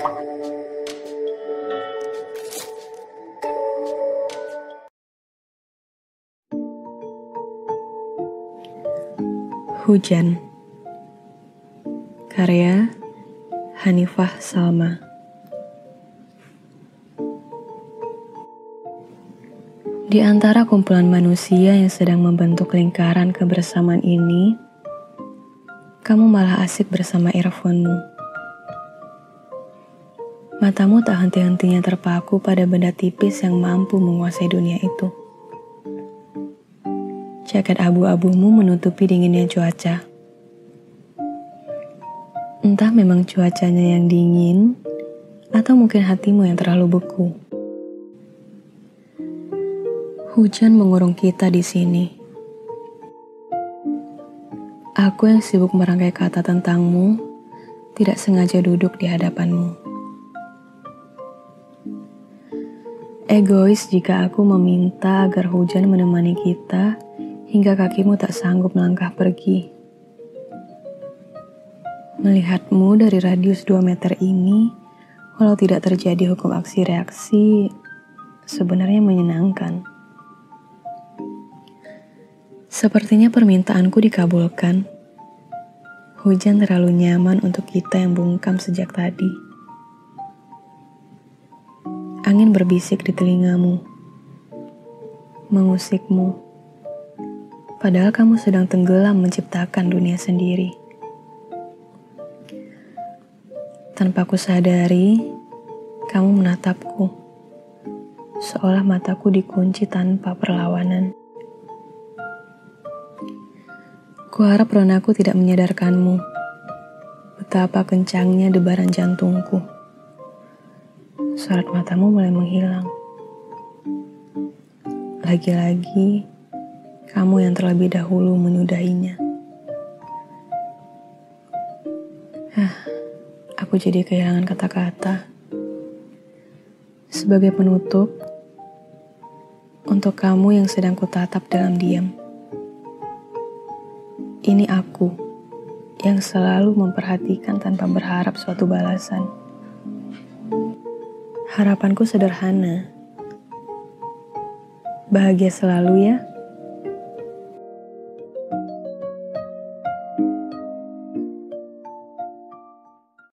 Hujan. Karya Hanifah Salma. Di antara kumpulan manusia yang sedang membentuk lingkaran kebersamaan ini, kamu malah asik bersama earphone-mu. Matamu tak henti-hentinya terpaku pada benda tipis yang mampu menguasai dunia itu. Jaket abu-abumu menutupi dinginnya cuaca. Entah memang cuacanya yang dingin, atau mungkin hatimu yang terlalu beku. Hujan mengurung kita di sini. Aku yang sibuk merangkai kata tentangmu, tidak sengaja duduk di hadapanmu. Egois jika aku meminta agar hujan menemani kita, hingga kakimu tak sanggup melangkah pergi. Melihatmu dari radius 2 meter ini, walau tidak terjadi hukum aksi reaksi, sebenarnya menyenangkan. Sepertinya permintaanku dikabulkan. Hujan terlalu nyaman untuk kita yang bungkam sejak tadi. Angin berbisik di telingamu, mengusikmu. Padahal kamu sedang tenggelam menciptakan dunia sendiri. Tanpa ku sadari, kamu menatapku, seolah mataku dikunci tanpa perlawanan. Kuharap ronaku tidak menyadarkanmu, betapa kencangnya debaran jantungku. Sorot matamu mulai menghilang. Lagi-lagi, kamu yang terlebih dahulu menyudahinya. Aku jadi kehilangan kata-kata. Sebagai penutup, untuk kamu yang sedang kutatap dalam diam. Ini aku, yang selalu memperhatikan tanpa berharap suatu balasan. Harapanku sederhana. Bahagia selalu ya.